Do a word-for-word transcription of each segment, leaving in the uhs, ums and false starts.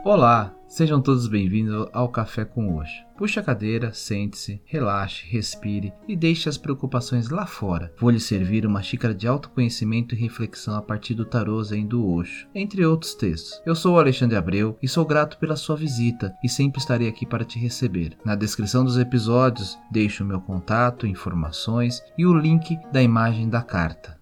Olá, sejam todos bem-vindos ao Café com Osho. Puxe a cadeira, sente-se, relaxe, respire e deixe as preocupações lá fora. Vou lhe servir uma xícara de autoconhecimento e reflexão a partir do tarô Zen do Osho, entre outros textos. Eu sou o Alexandre Abreu e sou grato pela sua visita e sempre estarei aqui para te receber. Na descrição dos episódios deixo o meu contato, informações e o link da imagem da carta.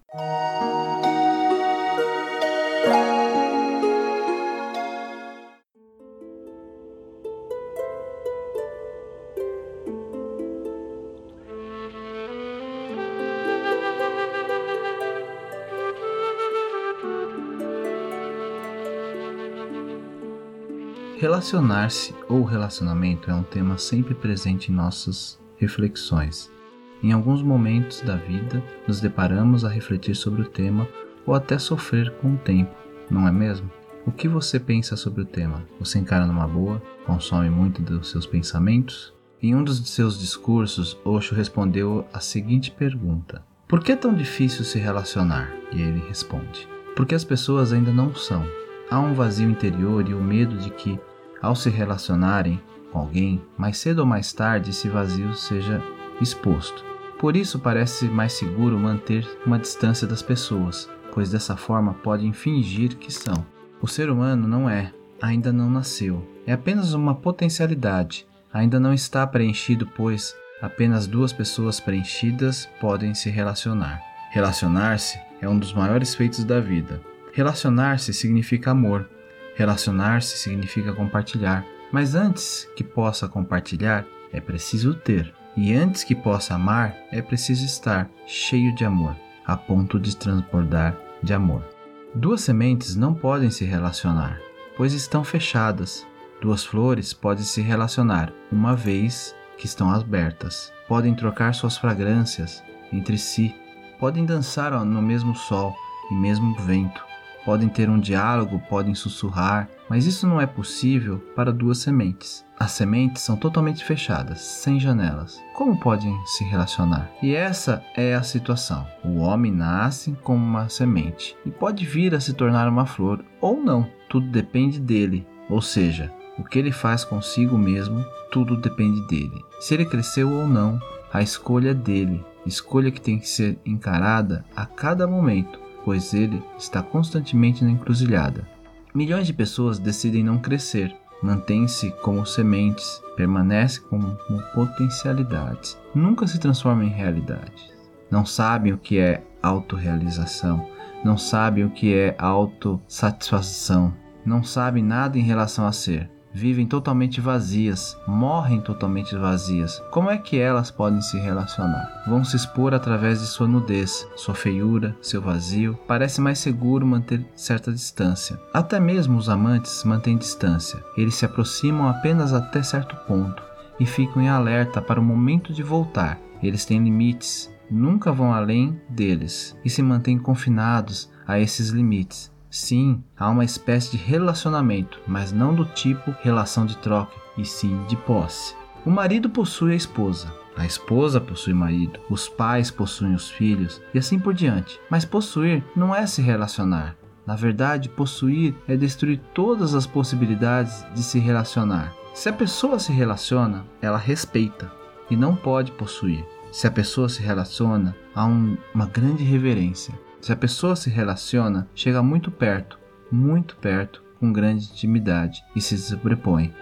Relacionar-se ou relacionamento é um tema sempre presente em nossas reflexões. Em alguns momentos da vida, nos deparamos a refletir sobre o tema ou até sofrer com o tempo, não é mesmo? O que você pensa sobre o tema? Você encara numa boa? Consome muito dos seus pensamentos? Em um dos seus discursos, Osho respondeu a seguinte pergunta: por que é tão difícil se relacionar? E ele responde: porque as pessoas ainda não são. Há um vazio interior e o medo de que, ao se relacionarem com alguém, mais cedo ou mais tarde esse vazio seja exposto. Por isso parece mais seguro manter uma distância das pessoas, pois dessa forma podem fingir que são. O ser humano não é, ainda não nasceu. É apenas uma potencialidade. Ainda não está preenchido, pois apenas duas pessoas preenchidas podem se relacionar. Relacionar-se é um dos maiores feitos da vida. Relacionar-se significa amor. Relacionar-se significa compartilhar. Mas antes que possa compartilhar, é preciso ter. E antes que possa amar, é preciso estar cheio de amor, a ponto de transbordar de amor. Duas sementes não podem se relacionar, pois estão fechadas. Duas flores podem se relacionar, uma vez que estão abertas. Podem trocar suas fragrâncias entre si. Podem dançar no mesmo sol e mesmo vento. Podem ter um diálogo, podem sussurrar, mas isso não é possível para duas sementes. As sementes são totalmente fechadas, sem janelas. Como podem se relacionar? E essa é a situação. O homem nasce como uma semente e pode vir a se tornar uma flor ou não. Tudo depende dele, ou seja, o que ele faz consigo mesmo, tudo depende dele. Se ele cresceu ou não, a escolha é dele. Escolha que tem que ser encarada a cada momento, pois ele está constantemente na encruzilhada. Milhões de pessoas decidem não crescer, mantêm-se como sementes, permanecem como potencialidades, nunca se transformam em realidade. Não sabem o que é autorrealização, não sabem o que é autossatisfação, não sabem nada em relação a ser. Vivem totalmente vazias, morrem totalmente vazias. Como é que elas podem se relacionar? Vão se expor através de sua nudez, sua feiura, seu vazio. Parece mais seguro manter certa distância. Até mesmo os amantes mantêm distância. Eles se aproximam apenas até certo ponto e ficam em alerta para o momento de voltar. Eles têm limites, nunca vão além deles e se mantêm confinados a esses limites. Sim, há uma espécie de relacionamento, mas não do tipo relação de troca, e sim de posse. O marido possui a esposa, a esposa possui o marido, os pais possuem os filhos e assim por diante. Mas possuir não é se relacionar. Na verdade, possuir é destruir todas as possibilidades de se relacionar. Se a pessoa se relaciona, ela respeita e não pode possuir. Se a pessoa se relaciona, há um, uma grande reverência. Se a pessoa se relaciona, chega muito perto, muito perto, com grande intimidade e se sobrepõe.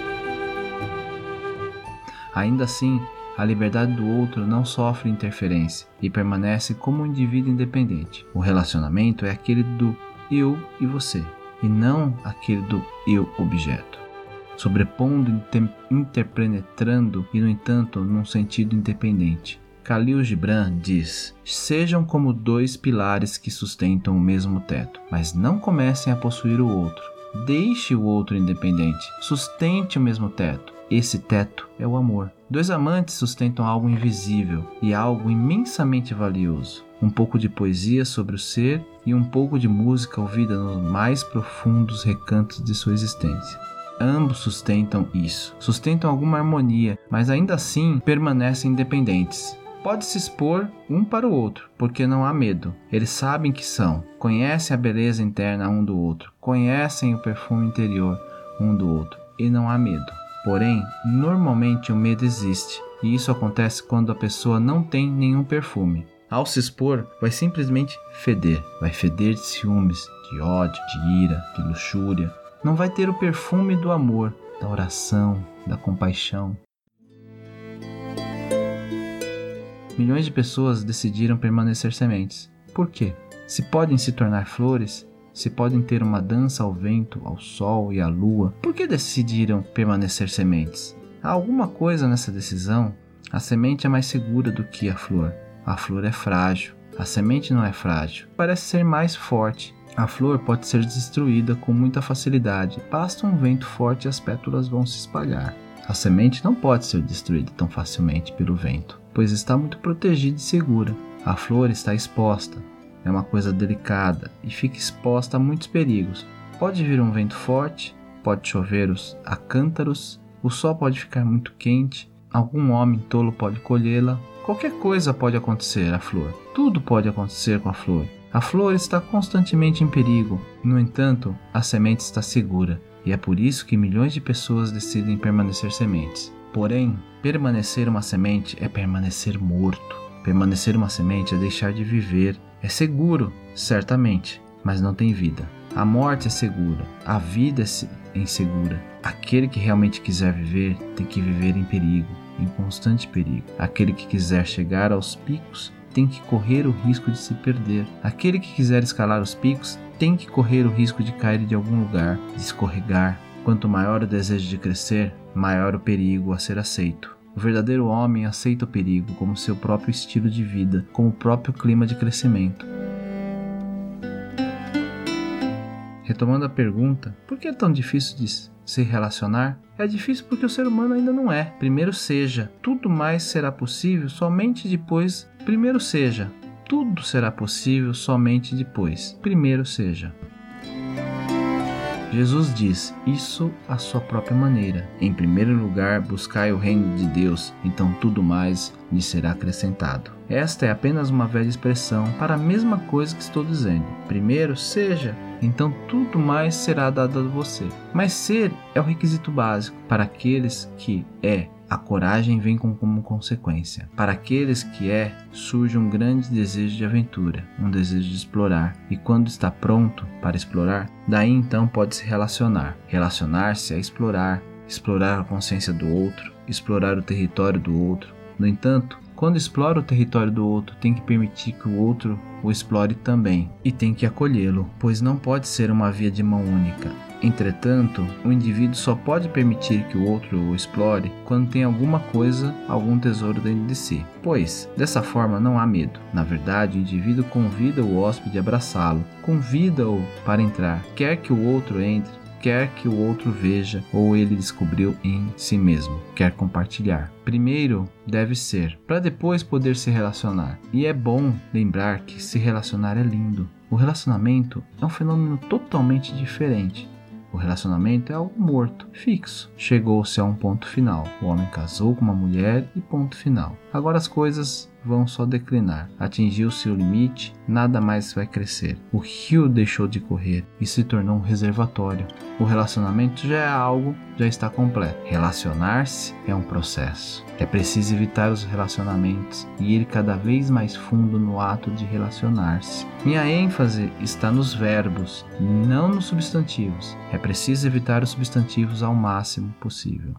Ainda assim, a liberdade do outro não sofre interferência e permanece como um indivíduo independente. O relacionamento é aquele do eu e você, e não aquele do eu-objeto. Sobrepondo, inter- interpenetrando e, no entanto, num sentido independente. Khalil Gibran diz: sejam como dois pilares que sustentam o mesmo teto, mas não comecem a possuir o outro. Deixe o outro independente, sustente o mesmo teto. Esse teto é o amor. Dois amantes sustentam algo invisível e algo imensamente valioso. Um pouco de poesia sobre o ser e um pouco de música ouvida nos mais profundos recantos de sua existência. Ambos sustentam isso, sustentam alguma harmonia, mas ainda assim permanecem independentes. Pode se expor um para o outro, porque não há medo. Eles sabem que são, conhecem a beleza interna um do outro, conhecem o perfume interior, um do outro e não há medo. Porém, normalmente o medo existe, e isso acontece quando a pessoa não tem nenhum perfume. Ao se expor, vai simplesmente feder, vai feder de ciúmes, de ódio, de ira, de luxúria. Não vai ter o perfume do amor, da oração, da compaixão. Milhões de pessoas decidiram permanecer sementes. Por quê? Se podem se tornar flores, se podem ter uma dança ao vento, ao sol e à lua, por que decidiram permanecer sementes? Há alguma coisa nessa decisão? A semente é mais segura do que a flor. A flor é frágil. A semente não é frágil. Parece ser mais forte. A flor pode ser destruída com muita facilidade. Basta um vento forte e as pétalas vão se espalhar. A semente não pode ser destruída tão facilmente pelo vento, pois está muito protegida e segura. A flor está exposta. É uma coisa delicada e fica exposta a muitos perigos. Pode vir um vento forte, pode chover os acântaros, o sol pode ficar muito quente, algum homem tolo pode colhê-la. Qualquer coisa pode acontecer à flor. Tudo pode acontecer com a flor. A flor está constantemente em perigo. No entanto, a semente está segura. E é por isso que milhões de pessoas decidem permanecer sementes. Porém, permanecer uma semente é permanecer morto. Permanecer uma semente é deixar de viver. É seguro, certamente, mas não tem vida. A morte é segura, a vida é insegura. Aquele que realmente quiser viver tem que viver em perigo, em constante perigo. Aquele que quiser chegar aos picos tem que correr o risco de se perder. Aquele que quiser escalar os picos tem que correr o risco de cair de algum lugar, de escorregar. Quanto maior o desejo de crescer, maior o perigo a ser aceito. O verdadeiro homem aceita o perigo como seu próprio estilo de vida, como o próprio clima de crescimento. Retomando a pergunta, por que é tão difícil de se relacionar? É difícil porque o ser humano ainda não é. Primeiro seja, tudo mais será possível somente depois. Primeiro seja, tudo será possível somente depois. Primeiro seja. Jesus diz, isso à sua própria maneira. Em primeiro lugar, buscai o reino de Deus, então tudo mais lhe será acrescentado. Esta é apenas uma velha expressão para a mesma coisa que estou dizendo. Primeiro, seja, então tudo mais será dado a você. Mas ser é o requisito básico para aqueles que é. A coragem vem com, como consequência. Para aqueles que é, surge um grande desejo de aventura, um desejo de explorar. E quando está pronto para explorar, daí então pode se relacionar. Relacionar-se é explorar, explorar a consciência do outro, explorar o território do outro. No entanto, quando explora o território do outro, tem que permitir que o outro o explore também. E tem que acolhê-lo, pois não pode ser uma via de mão única. Entretanto, o indivíduo só pode permitir que o outro o explore quando tem alguma coisa, algum tesouro dentro de si. Pois, dessa forma não há medo. Na verdade, o indivíduo convida o hóspede a abraçá-lo, convida-o para entrar, quer que o outro entre, quer que o outro veja ou ele descobriu em si mesmo, quer compartilhar. Primeiro deve ser, para depois poder se relacionar. E é bom lembrar que se relacionar é lindo. O relacionamento é um fenômeno totalmente diferente. O relacionamento é algo morto, fixo. Chegou-se a um ponto final. O homem casou com uma mulher e ponto final. Agora as coisas vão só declinar. Atingiu-se o limite, nada mais vai crescer. O rio deixou de correr e se tornou um reservatório. O relacionamento já é algo, já está completo. Relacionar-se é um processo. É preciso evitar os relacionamentos e ir cada vez mais fundo no ato de relacionar-se. Minha ênfase está nos verbos, não nos substantivos. É preciso evitar os substantivos ao máximo possível.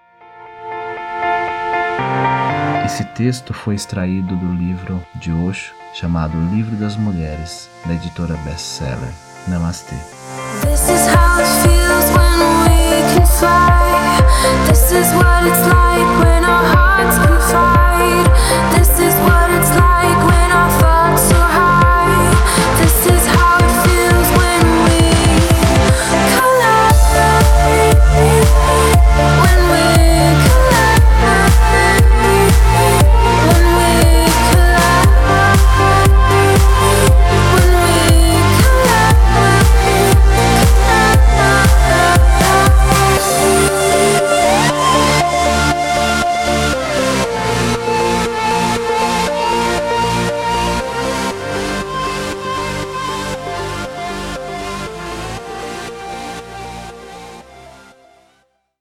Esse texto foi extraído do livro de Osho, chamado Livro das Mulheres, da editora Bestseller. Namastê. This is how it feels when we can fly. This is what it's like when our hearts confide. This is what it's like